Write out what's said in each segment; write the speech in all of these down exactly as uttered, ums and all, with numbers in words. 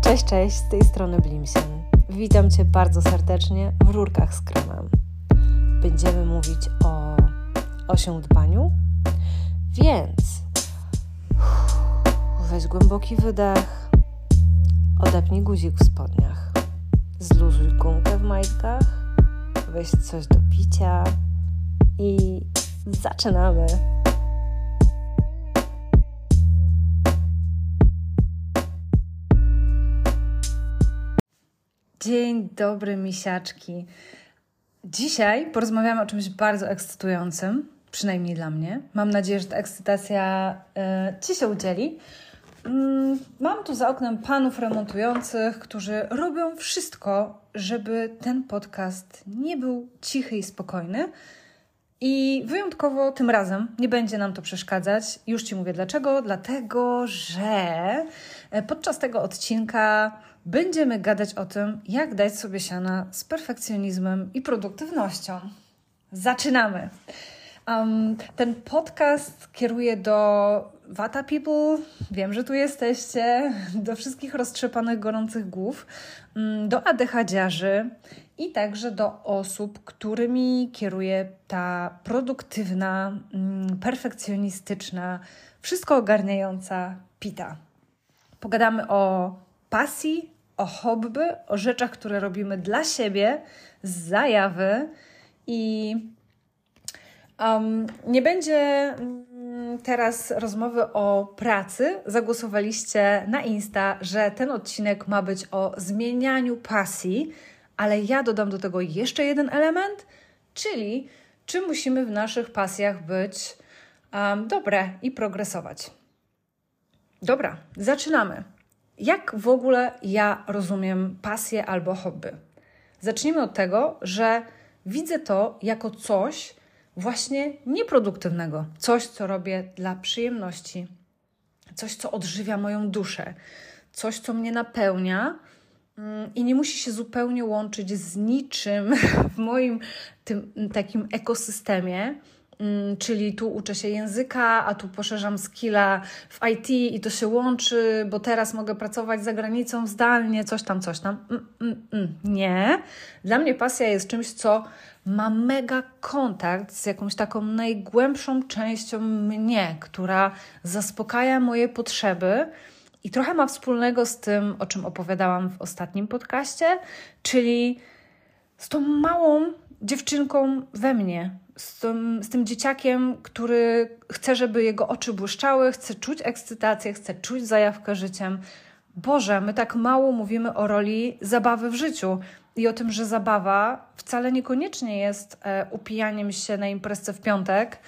Cześć, cześć, z tej strony Blimsen. Witam Cię bardzo serdecznie w Rurkach z Kremem. Będziemy mówić o osiądbaniu, więc weź głęboki wydech, odepnij guzik w spodniach, zluzuj gumkę w majtkach, weź coś do picia i zaczynamy! Dzień dobry, misiaczki. Dzisiaj porozmawiamy o czymś bardzo ekscytującym, przynajmniej dla mnie. Mam nadzieję, że ta ekscytacja y, Ci się udzieli. Mm, mam tu za oknem panów remontujących, którzy robią wszystko, żeby ten podcast nie był cichy i spokojny. I wyjątkowo tym razem nie będzie nam to przeszkadzać. Już Ci mówię dlaczego. Dlatego, że podczas tego odcinka będziemy gadać o tym, jak dać sobie siana z perfekcjonizmem i produktywnością. Zaczynamy! Um, ten podcast kieruję do Vata People, wiem, że tu jesteście, do wszystkich roztrzepanych, gorących głów, do adechadziarzy i także do osób, którymi kieruje ta produktywna, perfekcjonistyczna, wszystko ogarniająca Pita. Pogadamy o pasji, o hobby, o rzeczach, które robimy dla siebie, z zajawy i um, nie będzie teraz rozmowy o pracy. Zagłosowaliście na Insta, że ten odcinek ma być o zmienianiu pasji, ale ja dodam do tego jeszcze jeden element, czyli czy musimy w naszych pasjach być um, dobre i progresować. Dobra, zaczynamy. Jak w ogóle ja rozumiem pasję albo hobby? Zacznijmy od tego, że widzę to jako coś właśnie nieproduktywnego. Coś, co robię dla przyjemności. Coś, co odżywia moją duszę. Coś, co mnie napełnia i nie musi się zupełnie łączyć z niczym w moim tym takim ekosystemie. Czyli tu uczę się języka, a tu poszerzam skilla w I T i to się łączy, bo teraz mogę pracować za granicą zdalnie, coś tam, coś tam. Mm, mm, mm. Nie. Dla mnie pasja jest czymś, co ma mega kontakt z jakąś taką najgłębszą częścią mnie, która zaspokaja moje potrzeby i trochę ma wspólnego z tym, o czym opowiadałam w ostatnim podcaście, czyli z tą małą dziewczynką we mnie, z tym, z tym dzieciakiem, który chce, żeby jego oczy błyszczały, chce czuć ekscytację, chce czuć zajawkę życiem. Boże, my tak mało mówimy o roli zabawy w życiu i o tym, że zabawa wcale niekoniecznie jest e, upijaniem się na imprezce w piątek,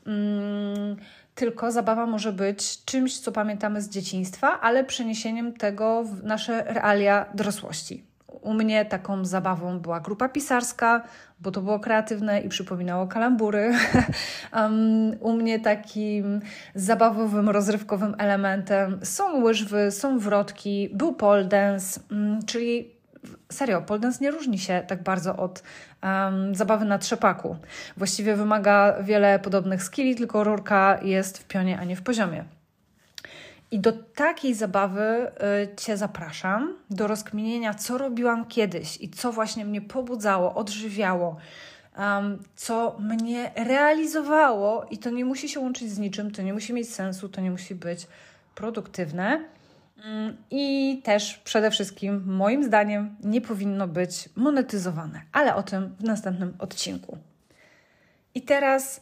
mm, tylko zabawa może być czymś, co pamiętamy z dzieciństwa, ale przeniesieniem tego w nasze realia dorosłości. U mnie taką zabawą była grupa pisarska, bo to było kreatywne i przypominało kalambury. um, u mnie takim zabawowym, rozrywkowym elementem są łyżwy, są wrotki, był pole dance, um, czyli serio, pole dance nie różni się tak bardzo od um, zabawy na trzepaku. Właściwie wymaga wiele podobnych skilli, tylko rurka jest w pionie, a nie w poziomie. I do takiej zabawy y, Cię zapraszam, do rozkminienia, co robiłam kiedyś i co właśnie mnie pobudzało, odżywiało, um, co mnie realizowało i to nie musi się łączyć z niczym, to nie musi mieć sensu, to nie musi być produktywne um, i też przede wszystkim moim zdaniem nie powinno być monetyzowane, ale o tym w następnym odcinku. I teraz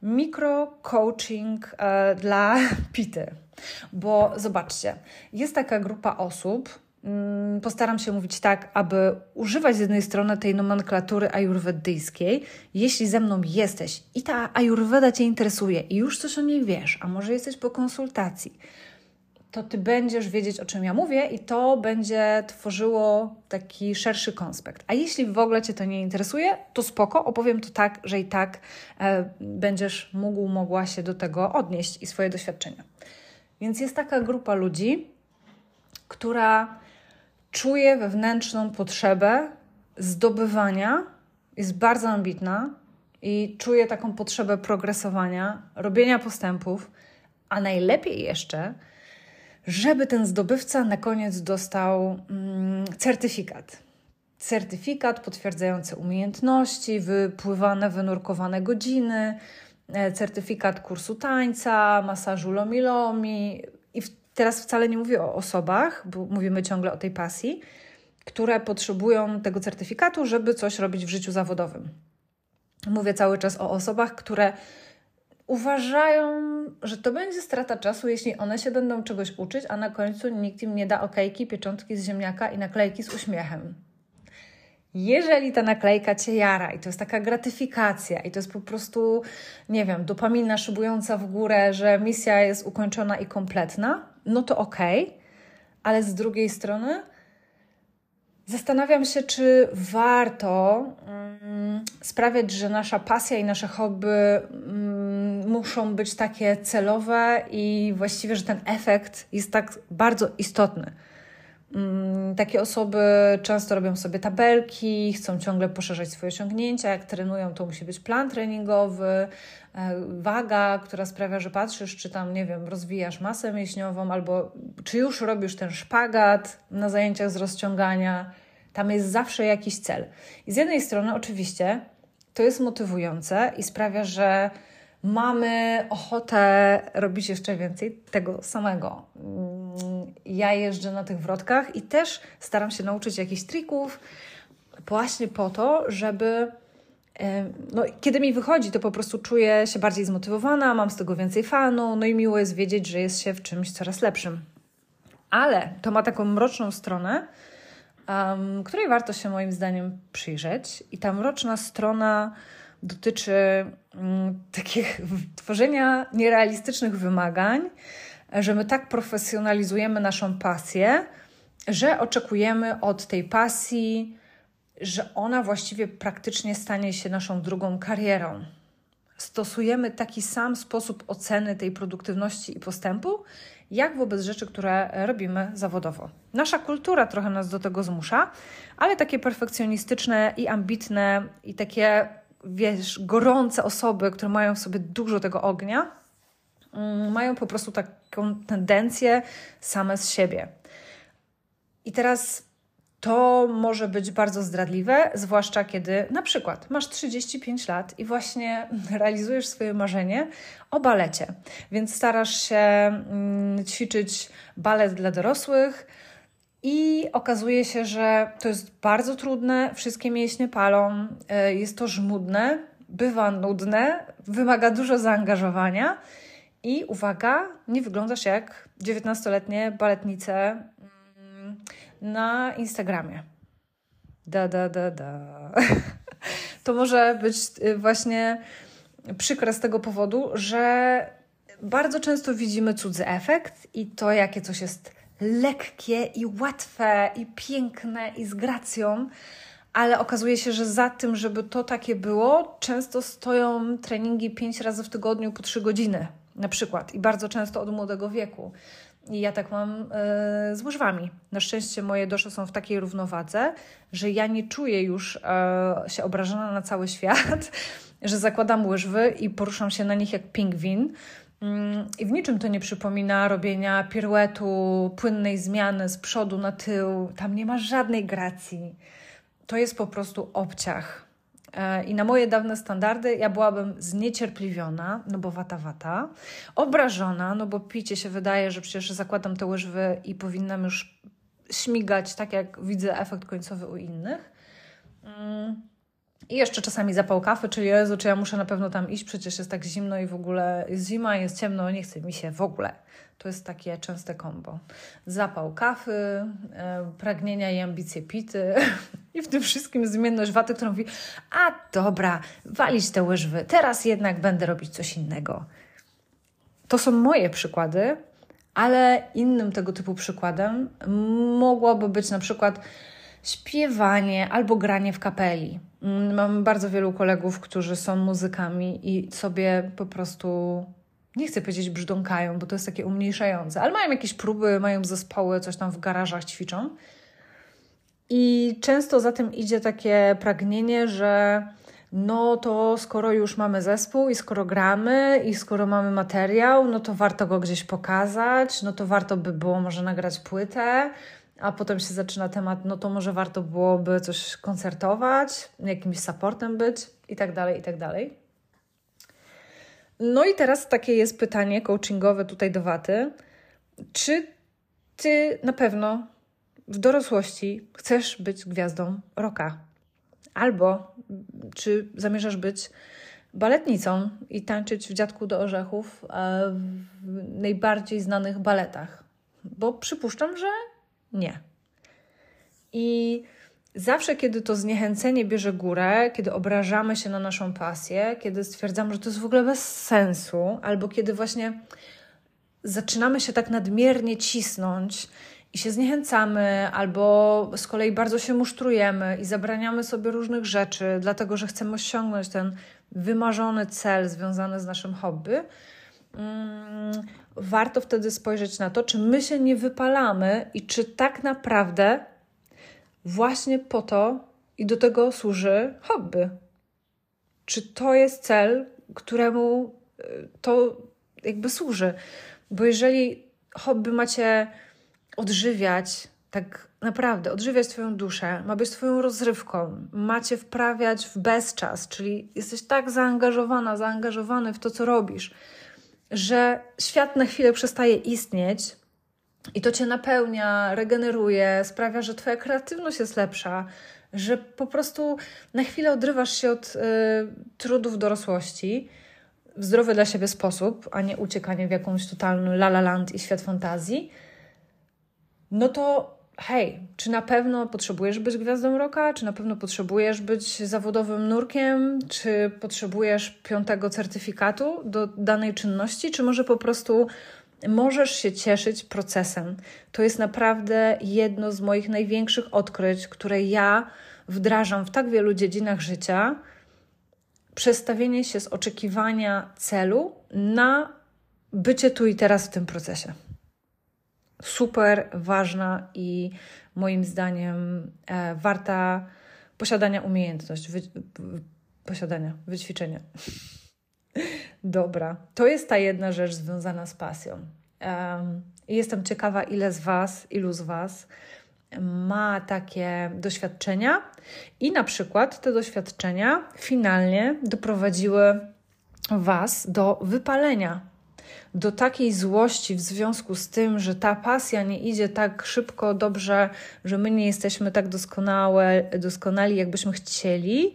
mikro-coaching e, dla Pity. Bo zobaczcie, jest taka grupa osób, mm, postaram się mówić tak, aby używać z jednej strony tej nomenklatury ajurwedyjskiej. Jeśli ze mną jesteś i ta ajurweda Cię interesuje i już coś o niej wiesz, a może jesteś po konsultacji, to Ty będziesz wiedzieć, o czym ja mówię i to będzie tworzyło taki szerszy konspekt. A jeśli w ogóle Cię to nie interesuje, to spoko, opowiem to tak, że i tak e, będziesz mógł, mogła się do tego odnieść i swoje doświadczenia. Więc jest taka grupa ludzi, która czuje wewnętrzną potrzebę zdobywania, jest bardzo ambitna i czuje taką potrzebę progresowania, robienia postępów, a najlepiej jeszcze żeby ten zdobywca na koniec dostał mm, certyfikat. Certyfikat potwierdzający umiejętności, wypływane, wynurkowane godziny, certyfikat kursu tańca, masażu lomi-lomi. I teraz wcale nie mówię o osobach, bo mówimy ciągle o tej pasji, które potrzebują tego certyfikatu, żeby coś robić w życiu zawodowym. Mówię cały czas o osobach, które uważają, że to będzie strata czasu, jeśli one się będą czegoś uczyć, a na końcu nikt im nie da okejki, pieczątki z ziemniaka i naklejki z uśmiechem. Jeżeli ta naklejka Cię jara i to jest taka gratyfikacja i to jest po prostu, nie wiem, dopamina szybująca w górę, że misja jest ukończona i kompletna, no to okej, ale z drugiej strony zastanawiam się, czy warto um, sprawiać, że nasza pasja i nasze hobby um, muszą być takie celowe i właściwie, że ten efekt jest tak bardzo istotny. Um, takie osoby często robią sobie tabelki, chcą ciągle poszerzać swoje osiągnięcia. Jak trenują, to musi być plan treningowy, e, waga, która sprawia, że patrzysz, czy tam, nie wiem, rozwijasz masę mięśniową, albo czy już robisz ten szpagat na zajęciach z rozciągania. Tam jest zawsze jakiś cel. I z jednej strony oczywiście to jest motywujące i sprawia, że mamy ochotę robić jeszcze więcej tego samego. Ja jeżdżę na tych wrotkach i też staram się nauczyć jakichś trików właśnie po to, żeby no, kiedy mi wychodzi, to po prostu czuję się bardziej zmotywowana, mam z tego więcej fanu, no i miło jest wiedzieć, że jest się w czymś coraz lepszym. Ale to ma taką mroczną stronę, Um, której warto się moim zdaniem przyjrzeć. I ta mroczna strona dotyczy um, takich tworzenia nierealistycznych wymagań, że my tak profesjonalizujemy naszą pasję, że oczekujemy od tej pasji, że ona właściwie praktycznie stanie się naszą drugą karierą. Stosujemy taki sam sposób oceny tej produktywności i postępu, jak wobec rzeczy, które robimy zawodowo. Nasza kultura trochę nas do tego zmusza, ale takie perfekcjonistyczne i ambitne i takie, wiesz, gorące osoby, które mają w sobie dużo tego ognia, um, mają po prostu taką tendencję same z siebie. I teraz to może być bardzo zdradliwe, zwłaszcza kiedy na przykład masz trzydzieści pięć lat i właśnie realizujesz swoje marzenie o balecie, więc starasz się mm, ćwiczyć balet dla dorosłych i okazuje się, że to jest bardzo trudne, wszystkie mięśnie palą, y, jest to żmudne, bywa nudne, wymaga dużo zaangażowania i uwaga, nie wyglądasz jak dziewiętnastoletnie baletnice na Instagramie. Da, da, da, da. To może być właśnie przykre z tego powodu, że bardzo często widzimy cudzy efekt i to, jakie coś jest lekkie i łatwe i piękne i z gracją, ale okazuje się, że za tym, żeby to takie było, często stoją treningi pięć razy w tygodniu po trzy godziny na przykład i bardzo często od młodego wieku. I ja tak mam yy, z łyżwami. Na szczęście moje dosze są w takiej równowadze, że ja nie czuję już yy, się obrażona na cały świat, że zakładam łyżwy i poruszam się na nich jak pingwin. Yy, I w niczym to nie przypomina robienia piruetu, płynnej zmiany z przodu na tył. Tam nie ma żadnej gracji. To jest po prostu obciach. I na moje dawne standardy ja byłabym zniecierpliwiona, no bo wata wata, obrażona, no bo picie się wydaje, że przecież zakładam te łyżwy i powinnam już śmigać tak, jak widzę efekt końcowy u innych. I jeszcze czasami zapał kawy, czyli Jezu, czy ja muszę na pewno tam iść, przecież jest tak zimno i w ogóle jest zima, jest ciemno, nie chce mi się w ogóle. To jest takie częste kombo. Zapał kawy, e, pragnienia i ambicje pity i w tym wszystkim zmienność waty, która mówi, a dobra, walić te łyżwy, teraz jednak będę robić coś innego. To są moje przykłady, ale innym tego typu przykładem mogłoby być na przykład śpiewanie albo granie w kapeli. Mam bardzo wielu kolegów, którzy są muzykami i sobie po prostu, nie chcę powiedzieć brzdąkają, bo to jest takie umniejszające, ale mają jakieś próby, mają zespoły, coś tam w garażach ćwiczą. I często za tym idzie takie pragnienie, że no to skoro już mamy zespół i skoro gramy i skoro mamy materiał, no to warto go gdzieś pokazać, no to warto by było może nagrać płytę, a potem się zaczyna temat, no to może warto byłoby coś koncertować, jakimś supportem być i tak dalej, i tak dalej. No i teraz takie jest pytanie coachingowe tutaj do Waty. Czy Ty na pewno w dorosłości chcesz być gwiazdą rocka? Albo czy zamierzasz być baletnicą i tańczyć w Dziadku do Orzechów w najbardziej znanych baletach? Bo przypuszczam, że nie. I zawsze, kiedy to zniechęcenie bierze górę, kiedy obrażamy się na naszą pasję, kiedy stwierdzamy, że to jest w ogóle bez sensu, albo kiedy właśnie zaczynamy się tak nadmiernie cisnąć i się zniechęcamy, albo z kolei bardzo się musztrujemy i zabraniamy sobie różnych rzeczy, dlatego że chcemy osiągnąć ten wymarzony cel związany z naszym hobby, hmm, warto wtedy spojrzeć na to, czy my się nie wypalamy i czy tak naprawdę właśnie po to i do tego służy hobby. Czy to jest cel, któremu to jakby służy? Bo jeżeli hobby macie odżywiać, tak naprawdę odżywiać Twoją duszę, ma być Twoją rozrywką, macie wprawiać w bezczas, czyli jesteś tak zaangażowana, zaangażowany w to, co robisz, że świat na chwilę przestaje istnieć i to Cię napełnia, regeneruje, sprawia, że Twoja kreatywność jest lepsza, że po prostu na chwilę odrywasz się od y, trudów dorosłości w zdrowy dla siebie sposób, a nie uciekanie w jakąś totalną la la land i świat fantazji, no to hej, czy na pewno potrzebujesz być gwiazdą rocka? Czy na pewno potrzebujesz być zawodowym nurkiem? Czy potrzebujesz piątego certyfikatu do danej czynności? Czy może po prostu możesz się cieszyć procesem? To jest naprawdę jedno z moich największych odkryć, które ja wdrażam w tak wielu dziedzinach życia. Przestawienie się z oczekiwania celu na bycie tu i teraz w tym procesie. Super ważna i moim zdaniem e, warta posiadania umiejętność, wy, posiadania, wyćwiczenia. Dobra, to jest ta jedna rzecz związana z pasją. Um, jestem ciekawa, ile z Was, ilu z Was ma takie doświadczenia i na przykład te doświadczenia finalnie doprowadziły Was do wypalenia, do takiej złości w związku z tym, że ta pasja nie idzie tak szybko, dobrze, że my nie jesteśmy tak doskonałe, doskonali, jakbyśmy chcieli,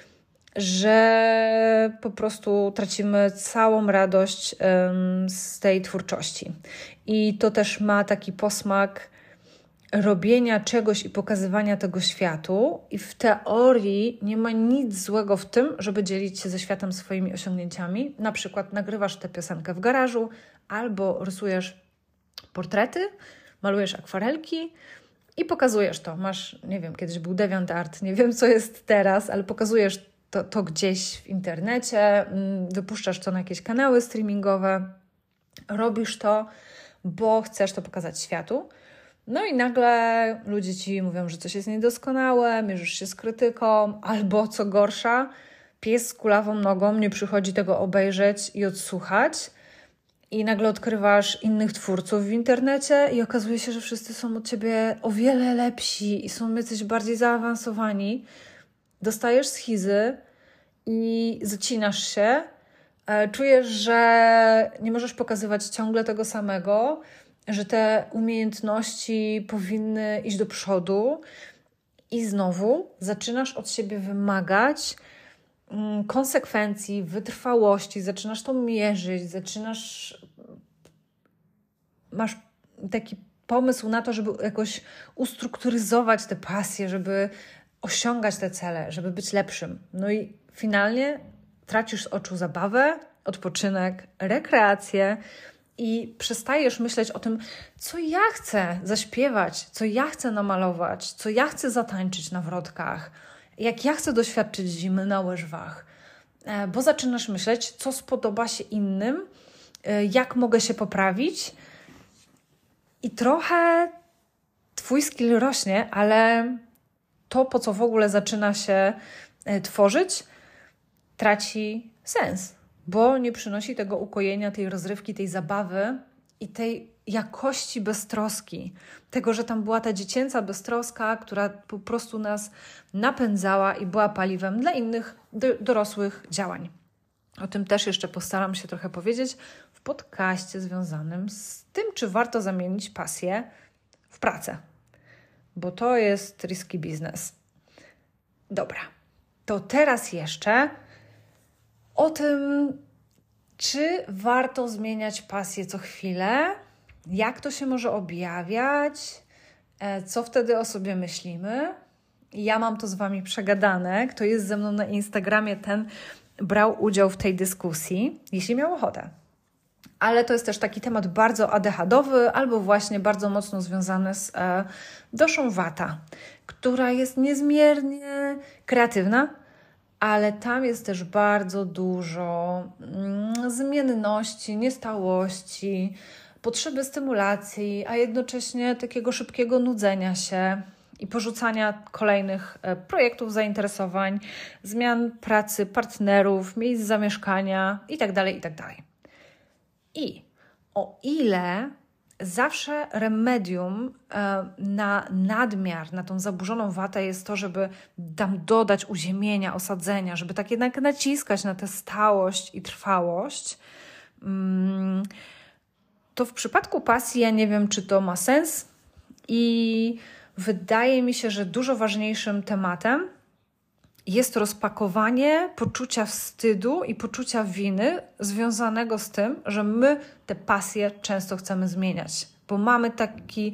że po prostu tracimy całą radość um, z tej twórczości. I to też ma taki posmak robienia czegoś i pokazywania tego światu i w teorii nie ma nic złego w tym, żeby dzielić się ze światem swoimi osiągnięciami. Na przykład nagrywasz tę piosenkę w garażu albo rysujesz portrety, malujesz akwarelki i pokazujesz to. Masz, nie wiem, kiedyś był DeviantArt, nie wiem co jest teraz, ale pokazujesz to, to gdzieś w internecie, wypuszczasz to na jakieś kanały streamingowe, robisz to, bo chcesz to pokazać światu. No i nagle ludzie Ci mówią, że coś jest niedoskonałe, mierzysz się z krytyką, albo co gorsza, pies z kulawą nogą nie przychodzi tego obejrzeć i odsłuchać i nagle odkrywasz innych twórców w internecie i okazuje się, że wszyscy są od Ciebie o wiele lepsi i są jacyś bardziej zaawansowani. Dostajesz schizy i zacinasz się, czujesz, że nie możesz pokazywać ciągle tego samego, że te umiejętności powinny iść do przodu i znowu zaczynasz od siebie wymagać konsekwencji, wytrwałości, zaczynasz to mierzyć, zaczynasz, masz taki pomysł na to, żeby jakoś ustrukturyzować te pasje, żeby osiągać te cele, żeby być lepszym. No i finalnie tracisz z oczu zabawę, odpoczynek, rekreację, i przestajesz myśleć o tym, co ja chcę zaśpiewać, co ja chcę namalować, co ja chcę zatańczyć na wrotkach, jak ja chcę doświadczyć zimy na łyżwach. Bo zaczynasz myśleć, co spodoba się innym, jak mogę się poprawić. I trochę Twój skill rośnie, ale to, po co w ogóle zaczyna się tworzyć, traci sens, bo nie przynosi tego ukojenia, tej rozrywki, tej zabawy i tej jakości beztroski. Tego, że tam była ta dziecięca beztroska, która po prostu nas napędzała i była paliwem dla innych do- dorosłych działań. O tym też jeszcze postaram się trochę powiedzieć w podcaście związanym z tym, czy warto zamienić pasję w pracę. Bo to jest risky business. Dobra, to teraz jeszcze o tym, czy warto zmieniać pasję co chwilę, jak to się może objawiać, co wtedy o sobie myślimy. Ja mam to z Wami przegadane. Kto jest ze mną na Instagramie, ten brał udział w tej dyskusji, jeśli miał ochotę. Ale to jest też taki temat bardzo adechadowy albo właśnie bardzo mocno związany z e, doszą Vata, która jest niezmiernie kreatywna, ale tam jest też bardzo dużo mm, zmienności, niestałości, potrzeby stymulacji, a jednocześnie takiego szybkiego nudzenia się i porzucania kolejnych e, projektów, zainteresowań, zmian pracy, partnerów, miejsc zamieszkania itd., itd. I o ile zawsze remedium e, na nadmiar, na tą zaburzoną watę jest to, żeby tam dodać uziemienia, osadzenia, żeby tak jednak naciskać na tę stałość i trwałość, mm, to w przypadku pasji ja nie wiem, czy to ma sens i wydaje mi się, że dużo ważniejszym tematem jest rozpakowanie poczucia wstydu i poczucia winy związanego z tym, że my te pasje często chcemy zmieniać, bo mamy taki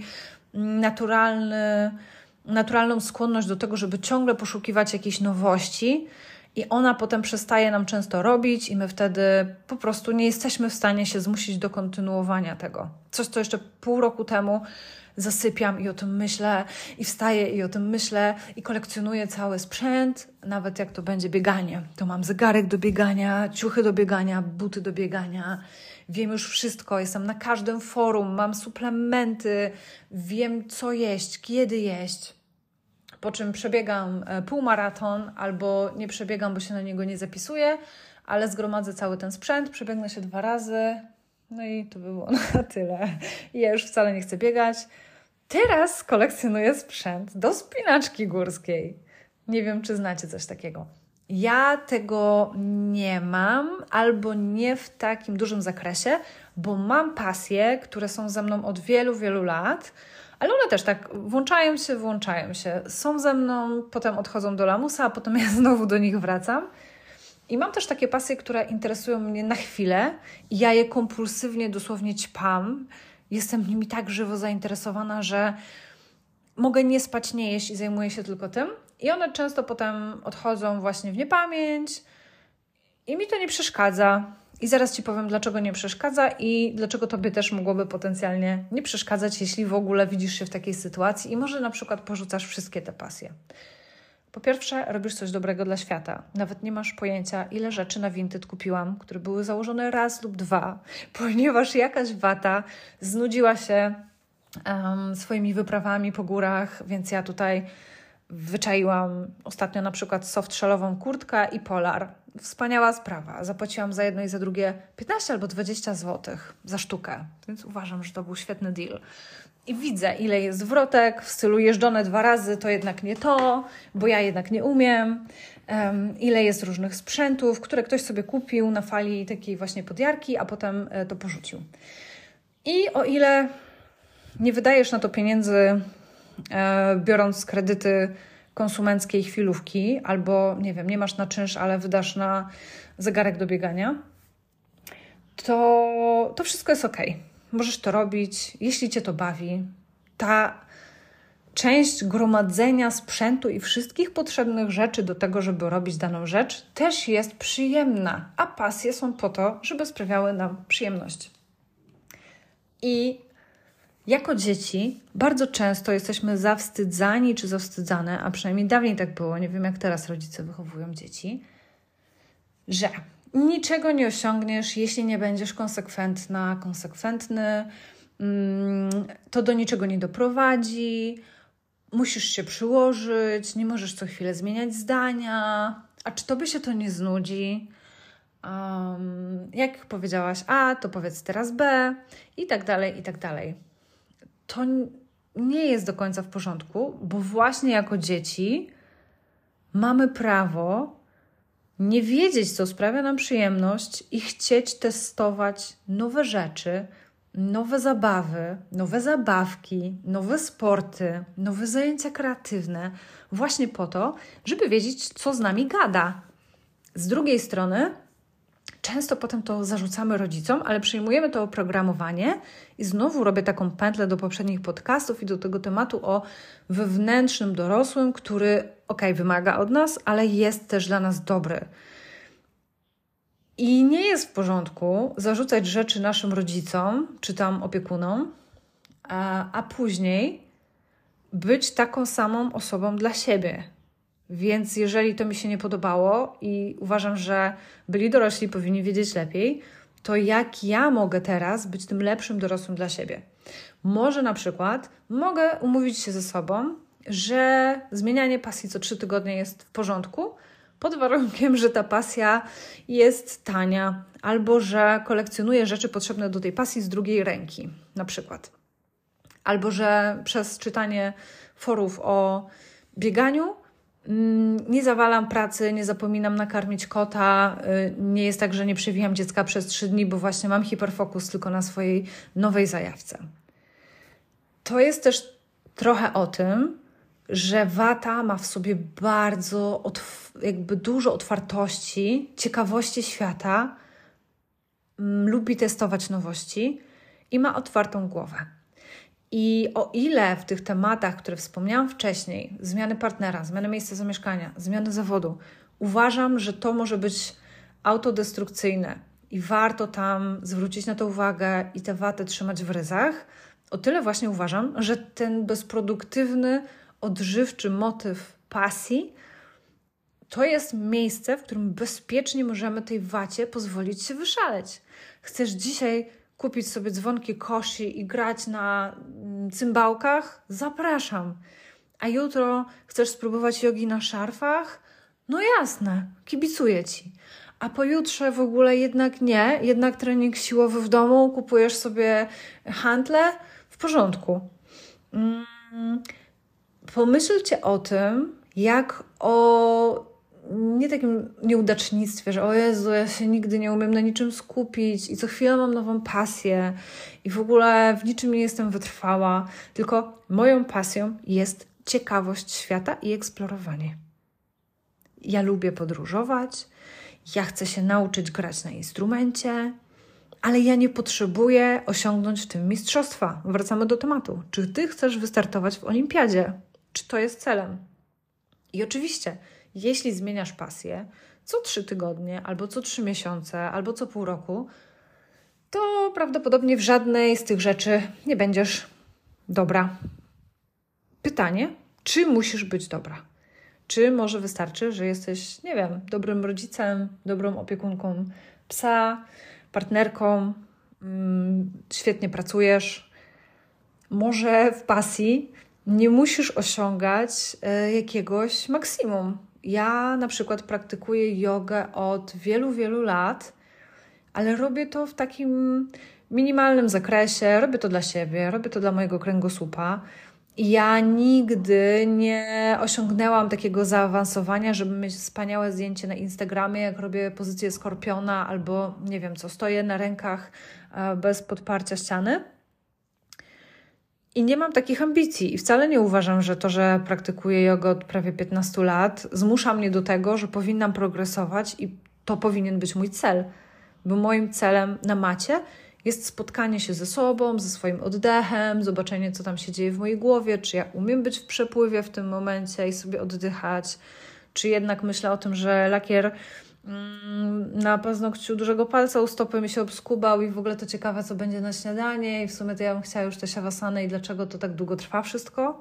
naturalny, naturalną skłonność do tego, żeby ciągle poszukiwać jakiejś nowości i ona potem przestaje nam często robić i my wtedy po prostu nie jesteśmy w stanie się zmusić do kontynuowania tego. Coś, co jeszcze pół roku temu zasypiam i o tym myślę i wstaję i o tym myślę i kolekcjonuję cały sprzęt, nawet jak to będzie bieganie. To mam zegarek do biegania, ciuchy do biegania, buty do biegania. Wiem już wszystko, jestem na każdym forum, mam suplementy, wiem co jeść, kiedy jeść. Po czym przebiegam półmaraton albo nie przebiegam, bo się na niego nie zapisuję, ale zgromadzę cały ten sprzęt, przebiegnę się dwa razy, no i to by było na tyle. I ja już wcale nie chcę biegać. Teraz kolekcjonuję sprzęt do spinaczki górskiej. Nie wiem, czy znacie coś takiego. Ja tego nie mam albo nie w takim dużym zakresie, bo mam pasje, które są ze mną od wielu, wielu lat, ale one też tak włączają się, włączają się. Są ze mną, potem odchodzą do lamusa, a potem ja znowu do nich wracam. I mam też takie pasje, które interesują mnie na chwilę i ja je kompulsywnie dosłownie ćpam. Jestem nimi tak żywo zainteresowana, że mogę nie spać, nie jeść i zajmuję się tylko tym. I one często potem odchodzą właśnie w niepamięć i mi to nie przeszkadza. I zaraz Ci powiem, dlaczego nie przeszkadza i dlaczego Tobie też mogłoby potencjalnie nie przeszkadzać, jeśli w ogóle widzisz się w takiej sytuacji i może na przykład porzucasz wszystkie te pasje. Po pierwsze, robisz coś dobrego dla świata. Nawet nie masz pojęcia, ile rzeczy na Vinted kupiłam, które były założone raz lub dwa, ponieważ jakaś wata znudziła się um, swoimi wyprawami po górach, więc ja tutaj wyczaiłam ostatnio na przykład softshellową kurtkę i polar. Wspaniała sprawa. Zapłaciłam za jedno i za drugie piętnaście albo dwadzieścia złotych za sztukę, więc uważam, że to był świetny deal. I widzę, ile jest zwrotek w stylu jeżdżone dwa razy, to jednak nie to, bo ja jednak nie umiem. Um, ile jest różnych sprzętów, które ktoś sobie kupił na fali takiej właśnie podjarki, a potem e, to porzucił. I o ile nie wydajesz na to pieniędzy, e, biorąc kredyty konsumenckiej chwilówki, albo nie wiem, nie masz na czynsz, ale wydasz na zegarek do biegania, to, to wszystko jest okej. Możesz to robić, jeśli Cię to bawi. Ta część gromadzenia sprzętu i wszystkich potrzebnych rzeczy do tego, żeby robić daną rzecz, też jest przyjemna, a pasje są po to, żeby sprawiały nam przyjemność. I jako dzieci bardzo często jesteśmy zawstydzani czy zawstydzane, a przynajmniej dawniej tak było, nie wiem jak teraz rodzice wychowują dzieci, że niczego nie osiągniesz, jeśli nie będziesz konsekwentna, konsekwentny, to do niczego nie doprowadzi, musisz się przyłożyć, nie możesz co chwilę zmieniać zdania, a czy tobie się to nie znudzi? Um, jak powiedziałaś A, to powiedz teraz B i tak dalej, i tak dalej. To nie jest do końca w porządku, bo właśnie jako dzieci mamy prawo nie wiedzieć, co sprawia nam przyjemność i chcieć testować nowe rzeczy, nowe zabawy, nowe zabawki, nowe sporty, nowe zajęcia kreatywne, właśnie po to, żeby wiedzieć, co z nami gada. Z drugiej strony, często potem to zarzucamy rodzicom, ale przyjmujemy to oprogramowanie i znowu robię taką pętlę do poprzednich podcastów i do tego tematu o wewnętrznym dorosłym, który okej, wymaga od nas, ale jest też dla nas dobry. I nie jest w porządku zarzucać rzeczy naszym rodzicom, czy tam opiekunom, a, a później być taką samą osobą dla siebie. Więc jeżeli to mi się nie podobało i uważam, że byli dorośli, powinni wiedzieć lepiej, to jak ja mogę teraz być tym lepszym dorosłym dla siebie? Może na przykład mogę umówić się ze sobą, że zmienianie pasji co trzy tygodnie jest w porządku, pod warunkiem, że ta pasja jest tania albo że kolekcjonuję rzeczy potrzebne do tej pasji z drugiej ręki, na przykład. Albo że przez czytanie forów o bieganiu nie zawalam pracy, nie zapominam nakarmić kota, nie jest tak, że nie przewijam dziecka przez trzy dni, bo właśnie mam hiperfokus tylko na swojej nowej zajawce. To jest też trochę o tym, że Vata ma w sobie bardzo, otw- jakby dużo otwartości, ciekawości świata, m, lubi testować nowości i ma otwartą głowę. I o ile w tych tematach, które wspomniałam wcześniej, zmiany partnera, zmiany miejsca zamieszkania, zmiany zawodu, uważam, że to może być autodestrukcyjne i warto tam zwrócić na to uwagę i tę watę trzymać w ryzach, o tyle właśnie uważam, że ten bezproduktywny, odżywczy motyw pasji to jest miejsce, w którym bezpiecznie możemy tej wacie pozwolić się wyszaleć. Chcesz dzisiaj kupić sobie dzwonki koshi i grać na cymbałkach? Zapraszam. A jutro chcesz spróbować jogi na szarfach? No jasne, kibicuję Ci. A pojutrze w ogóle jednak nie, jednak trening siłowy w domu, kupujesz sobie hantle? W porządku. Pomyślcie o tym, jak o nie takim nieudacznictwie, że o Jezu, ja się nigdy nie umiem na niczym skupić i co chwilę mam nową pasję i w ogóle w niczym nie jestem wytrwała, tylko moją pasją jest ciekawość świata i eksplorowanie. Ja lubię podróżować, ja chcę się nauczyć grać na instrumencie, ale ja nie potrzebuję osiągnąć w tym mistrzostwa. Wracamy do tematu. Czy Ty chcesz wystartować w olimpiadzie? Czy to jest celem? I oczywiście, jeśli zmieniasz pasję co trzy tygodnie, albo co trzy miesiące, albo co pół roku, to prawdopodobnie w żadnej z tych rzeczy nie będziesz dobra. Pytanie, czy musisz być dobra? Czy może wystarczy, że jesteś, nie wiem, dobrym rodzicem, dobrą opiekunką psa, partnerką, mm, świetnie pracujesz? Może w pasji nie musisz osiągać y, jakiegoś maksimum. Ja na przykład praktykuję jogę od wielu, wielu lat, ale robię to w takim minimalnym zakresie, robię to dla siebie, robię to dla mojego kręgosłupa. I ja nigdy nie osiągnęłam takiego zaawansowania, żeby mieć wspaniałe zdjęcie na Instagramie, jak robię pozycję skorpiona albo nie wiem co, stoję na rękach bez podparcia ściany. I nie mam takich ambicji i wcale nie uważam, że to, że praktykuję jogę od prawie piętnastu lat, zmusza mnie do tego, że powinnam progresować i to powinien być mój cel. Bo moim celem na macie jest spotkanie się ze sobą, ze swoim oddechem, zobaczenie, co tam się dzieje w mojej głowie, czy ja umiem być w przepływie w tym momencie i sobie oddychać, czy jednak myślę o tym, że lakier na paznokciu dużego palca u stopy mi się obskubał i w ogóle to ciekawe, co będzie na śniadanie i w sumie to ja bym chciała już te siawasany i dlaczego to tak długo trwa wszystko.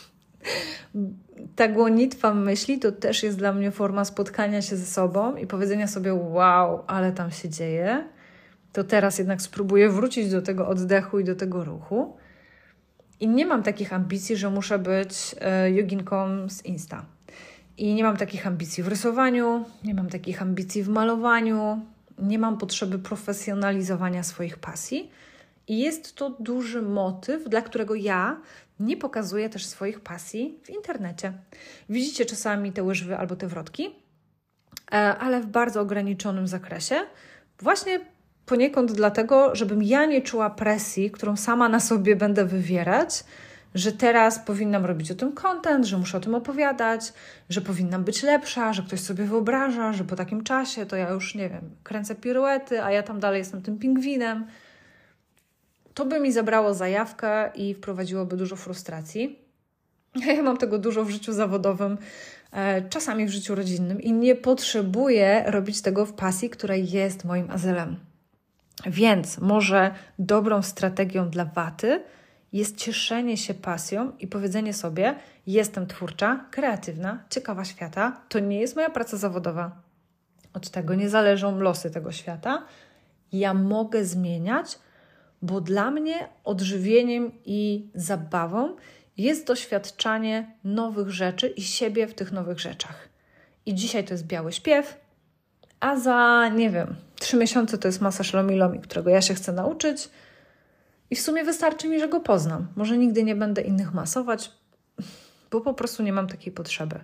Ta gonitwa myśli to też jest dla mnie forma spotkania się ze sobą i powiedzenia sobie wow, ale tam się dzieje. To teraz jednak spróbuję wrócić do tego oddechu i do tego ruchu. I nie mam takich ambicji, że muszę być joginką z Insta. I nie mam takich ambicji w rysowaniu, nie mam takich ambicji w malowaniu, nie mam potrzeby profesjonalizowania swoich pasji. I jest to duży motyw, dla którego ja nie pokazuję też swoich pasji w internecie. Widzicie czasami te łyżwy albo te wrotki, ale w bardzo ograniczonym zakresie. Właśnie poniekąd dlatego, żebym ja nie czuła presji, którą sama na sobie będę wywierać, że teraz powinnam robić o tym content, że muszę o tym opowiadać, że powinnam być lepsza, że ktoś sobie wyobraża, że po takim czasie to ja już, nie wiem, kręcę piruety, a ja tam dalej jestem tym pingwinem. To by mi zabrało zajawkę i wprowadziłoby dużo frustracji. Ja mam tego dużo w życiu zawodowym, czasami w życiu rodzinnym i nie potrzebuję robić tego w pasji, która jest moim azylem. Więc może dobrą strategią dla waty jest cieszenie się pasją i powiedzenie sobie: jestem twórcza, kreatywna, ciekawa świata, to nie jest moja praca zawodowa. Od tego nie zależą losy tego świata. Ja mogę zmieniać, bo dla mnie odżywieniem i zabawą jest doświadczanie nowych rzeczy i siebie w tych nowych rzeczach. I dzisiaj to jest biały śpiew, a za, nie wiem, trzy miesiące to jest masaż Lomi Lomi, którego ja się chcę nauczyć i w sumie wystarczy mi, że go poznam. Może nigdy nie będę innych masować, bo po prostu nie mam takiej potrzeby.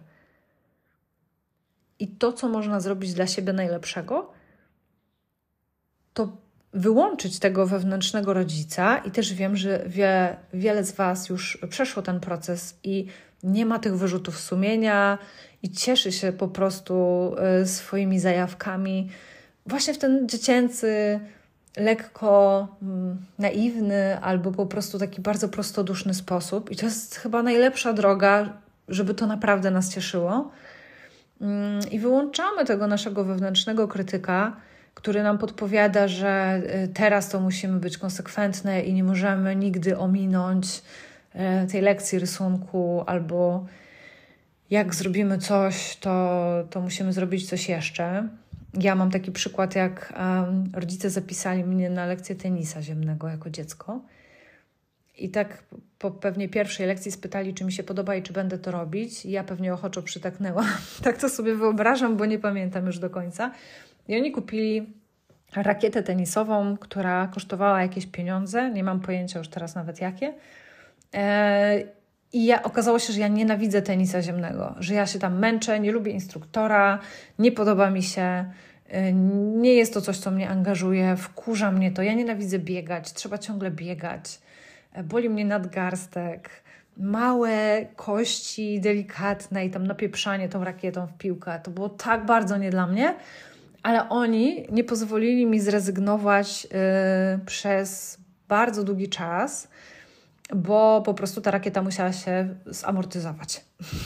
I to, co można zrobić dla siebie najlepszego, to wyłączyć tego wewnętrznego rodzica i też wiem, że wie, wiele z Was już przeszło ten proces i nie ma tych wyrzutów sumienia i cieszy się po prostu y, swoimi zajawkami właśnie w ten dziecięcy, lekko y, naiwny albo po prostu taki bardzo prostoduszny sposób. I to jest chyba najlepsza droga, żeby to naprawdę nas cieszyło. Y, I wyłączamy tego naszego wewnętrznego krytyka, który nam podpowiada, że teraz to musimy być konsekwentne i nie możemy nigdy ominąć tej lekcji rysunku, albo jak zrobimy coś, to, to musimy zrobić coś jeszcze. Ja mam taki przykład, jak um, rodzice zapisali mnie na lekcję tenisa ziemnego jako dziecko i tak po pewnie pierwszej lekcji spytali, czy mi się podoba i czy będę to robić. I ja pewnie ochoczo przytaknęłam. Tak to sobie wyobrażam, bo nie pamiętam już do końca. I oni kupili rakietę tenisową, która kosztowała jakieś pieniądze. Nie mam pojęcia już teraz nawet jakie. I ja, okazało się, że ja nienawidzę tenisa ziemnego. Że ja się tam męczę, nie lubię instruktora, nie podoba mi się, nie jest to coś, co mnie angażuje, wkurza mnie to. Ja nienawidzę biegać, trzeba ciągle biegać. Boli mnie nadgarstek. Małe kości, delikatne i tam napieprzanie tą rakietą w piłkę. To było tak bardzo nie dla mnie. Ale oni nie pozwolili mi zrezygnować yy, przez bardzo długi czas, bo po prostu ta rakieta musiała się zamortyzować.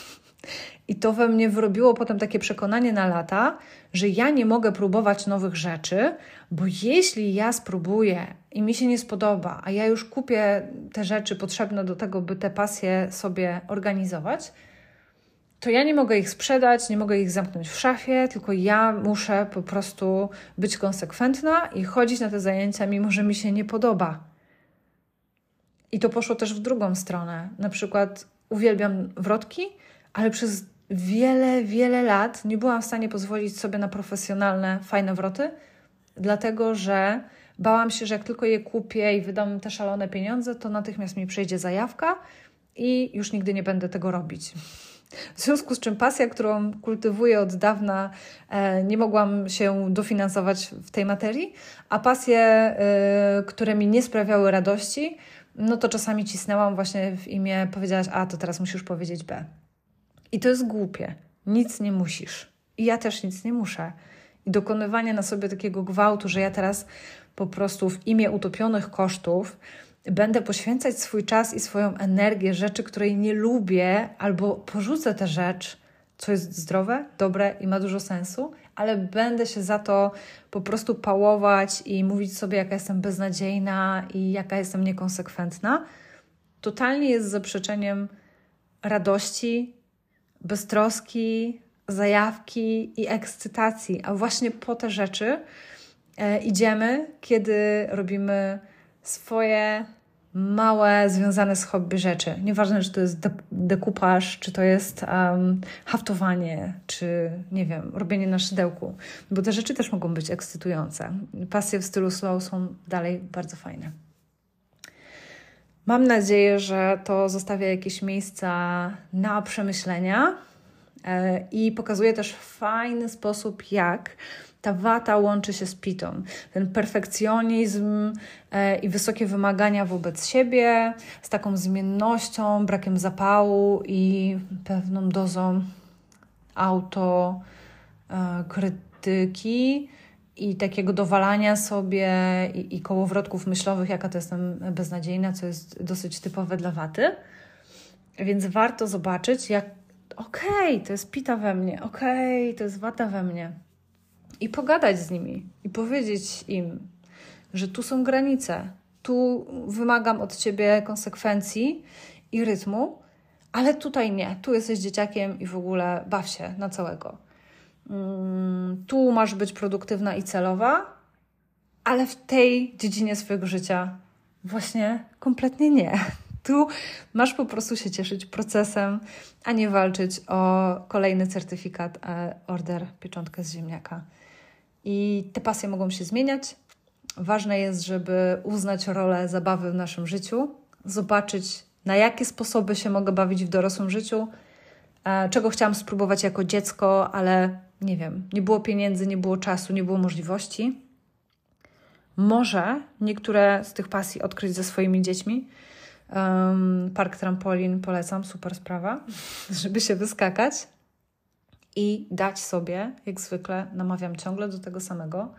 I to we mnie wyrobiło potem takie przekonanie na lata, że ja nie mogę próbować nowych rzeczy, bo jeśli ja spróbuję i mi się nie spodoba, a ja już kupię te rzeczy potrzebne do tego, by te pasje sobie organizować, to ja nie mogę ich sprzedać, nie mogę ich zamknąć w szafie, tylko ja muszę po prostu być konsekwentna i chodzić na te zajęcia, mimo że mi się nie podoba. I to poszło też w drugą stronę. Na przykład uwielbiam wrotki, ale przez wiele, wiele lat nie byłam w stanie pozwolić sobie na profesjonalne, fajne wroty, dlatego że bałam się, że jak tylko je kupię i wydam te szalone pieniądze, to natychmiast mi przejdzie zajawka i już nigdy nie będę tego robić. W związku z czym pasja, którą kultywuję od dawna, e, nie mogłam się dofinansować w tej materii, a pasje, e, które mi nie sprawiały radości, no to czasami cisnęłam właśnie w imię, powiedziałaś, a to teraz musisz powiedzieć B. I to jest głupie. Nic nie musisz. I ja też nic nie muszę. I dokonywanie na sobie takiego gwałtu, że ja teraz po prostu w imię utopionych kosztów będę poświęcać swój czas i swoją energię rzeczy, której nie lubię, albo porzucę tę rzecz, co jest zdrowe, dobre i ma dużo sensu, ale będę się za to po prostu pałować i mówić sobie, jaka jestem beznadziejna i jaka jestem niekonsekwentna, totalnie jest zaprzeczeniem radości, beztroski, zajawki i ekscytacji. A właśnie po te rzeczy e, idziemy, kiedy robimy swoje małe, związane z hobby rzeczy. Nieważne, czy to jest de- dekupaż, czy to jest um, haftowanie, czy nie wiem, robienie na szydełku. Bo te rzeczy też mogą być ekscytujące. Pasje w stylu slow są dalej bardzo fajne. Mam nadzieję, że to zostawia jakieś miejsca na przemyślenia yy, i pokazuje też fajny sposób, jak ta wata łączy się z pitą. Ten perfekcjonizm e, i wysokie wymagania wobec siebie, z taką zmiennością, brakiem zapału i pewną dozą autokrytyki i takiego dowalania sobie i, i kołowrotków myślowych, jaka to jestem beznadziejna, co jest dosyć typowe dla waty. Więc warto zobaczyć, jak okej, okay, to jest pita we mnie, okej, okay, to jest wata we mnie. I pogadać z nimi i powiedzieć im, że tu są granice, tu wymagam od ciebie konsekwencji i rytmu, ale tutaj nie, tu jesteś dzieciakiem i w ogóle baw się na całego. Hmm, tu masz być produktywna i celowa, ale w tej dziedzinie swojego życia właśnie kompletnie nie. Tu masz po prostu się cieszyć procesem, a nie walczyć o kolejny certyfikat, order, pieczątkę z ziemniaka. I te pasje mogą się zmieniać. Ważne jest, żeby uznać rolę zabawy w naszym życiu, zobaczyć, na jakie sposoby się mogę bawić w dorosłym życiu, czego chciałam spróbować jako dziecko, ale nie wiem, nie było pieniędzy, nie było czasu, nie było możliwości. Może niektóre z tych pasji odkryć ze swoimi dziećmi. Um, park trampolin polecam, super sprawa, żeby się wyskakać. I dać sobie, jak zwykle, namawiam ciągle do tego samego,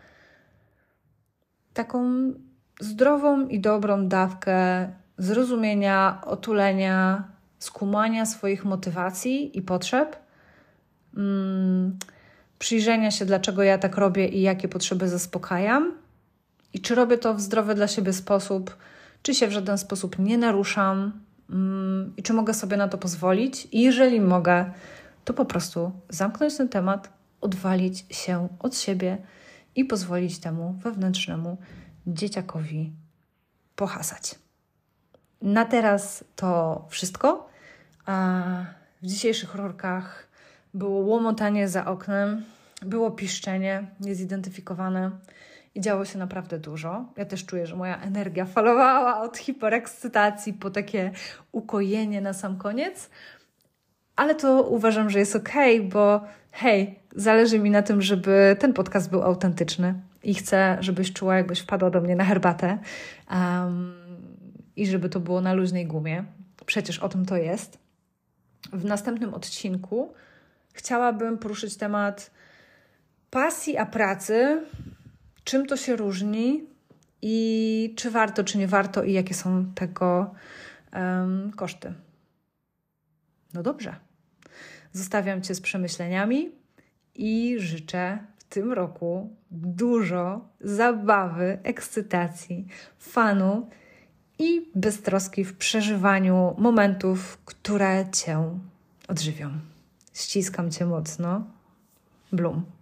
taką zdrową i dobrą dawkę zrozumienia, otulenia, skumania swoich motywacji i potrzeb, mm, przyjrzenia się, dlaczego ja tak robię i jakie potrzeby zaspokajam i czy robię to w zdrowy dla siebie sposób, czy się w żaden sposób nie naruszam mm, i czy mogę sobie na to pozwolić. I jeżeli mogę, to po prostu zamknąć ten temat, odwalić się od siebie i pozwolić temu wewnętrznemu dzieciakowi pohasać. Na teraz to wszystko. A w dzisiejszych rurkach było łomotanie za oknem, było piszczenie niezidentyfikowane i działo się naprawdę dużo. Ja też czuję, że moja energia falowała od hiperekscytacji po takie ukojenie na sam koniec. Ale to uważam, że jest okej, okay, bo hej, zależy mi na tym, żeby ten podcast był autentyczny i chcę, żebyś czuła, jakbyś wpadła do mnie na herbatę um, i żeby to było na luźnej gumie. Przecież o tym to jest. W następnym odcinku chciałabym poruszyć temat pasji a pracy, czym to się różni i czy warto, czy nie warto i jakie są tego um, koszty. No dobrze. Zostawiam Cię z przemyśleniami i życzę w tym roku dużo zabawy, ekscytacji, fanu i beztroski w przeżywaniu momentów, które Cię odżywią. Ściskam Cię mocno. Blum.